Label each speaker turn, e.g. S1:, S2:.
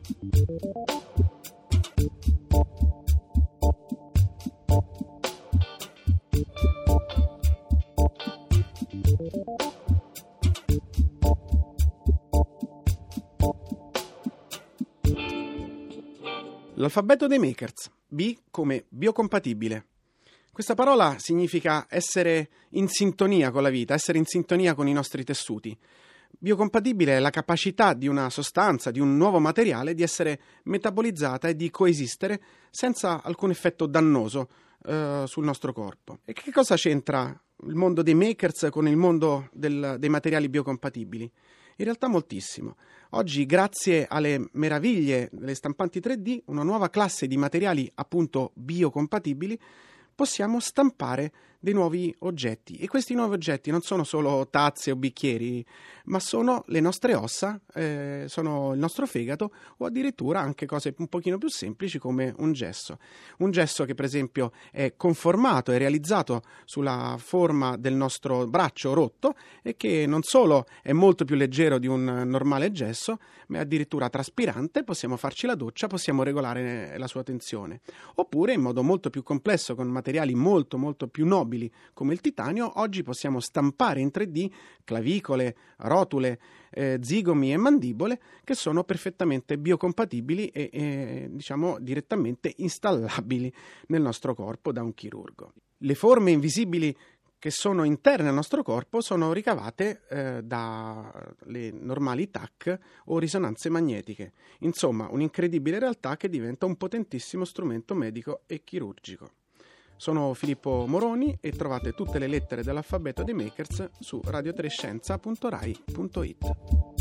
S1: L'alfabeto dei makers, B come biocompatibile. Questa parola significa essere in sintonia con la vita, essere in sintonia con i nostri tessuti. Biocompatibile è la capacità di una sostanza, di un nuovo materiale, di essere metabolizzata e di coesistere senza alcun effetto dannoso sul nostro corpo. E che cosa c'entra il mondo dei makers con il mondo dei materiali biocompatibili? In realtà moltissimo. Oggi, grazie alle meraviglie delle stampanti 3D, una nuova classe di materiali appunto biocompatibili, possiamo stampare dei nuovi oggetti. E questi nuovi oggetti non sono solo tazze o bicchieri, ma sono le nostre ossa, sono il nostro fegato o addirittura anche cose un pochino più semplici come un gesso. Un gesso che per esempio è conformato e realizzato sulla forma del nostro braccio rotto e che non solo è molto più leggero di un normale gesso, ma è addirittura traspirante, possiamo farci la doccia, possiamo regolare la sua tensione. Oppure in modo molto più complesso, con materiali molto molto più nobili come il titanio, oggi possiamo stampare in 3D clavicole, rotule, zigomi e mandibole che sono perfettamente biocompatibili e diciamo direttamente installabili nel nostro corpo da un chirurgo. Le forme invisibili che sono interne al nostro corpo sono ricavate dalle normali TAC o risonanze magnetiche. Insomma, un'incredibile realtà che diventa un potentissimo strumento medico e chirurgico. Sono Filippo Moroni e trovate tutte le lettere dell'alfabeto dei makers su radiotrescienza.rai.it.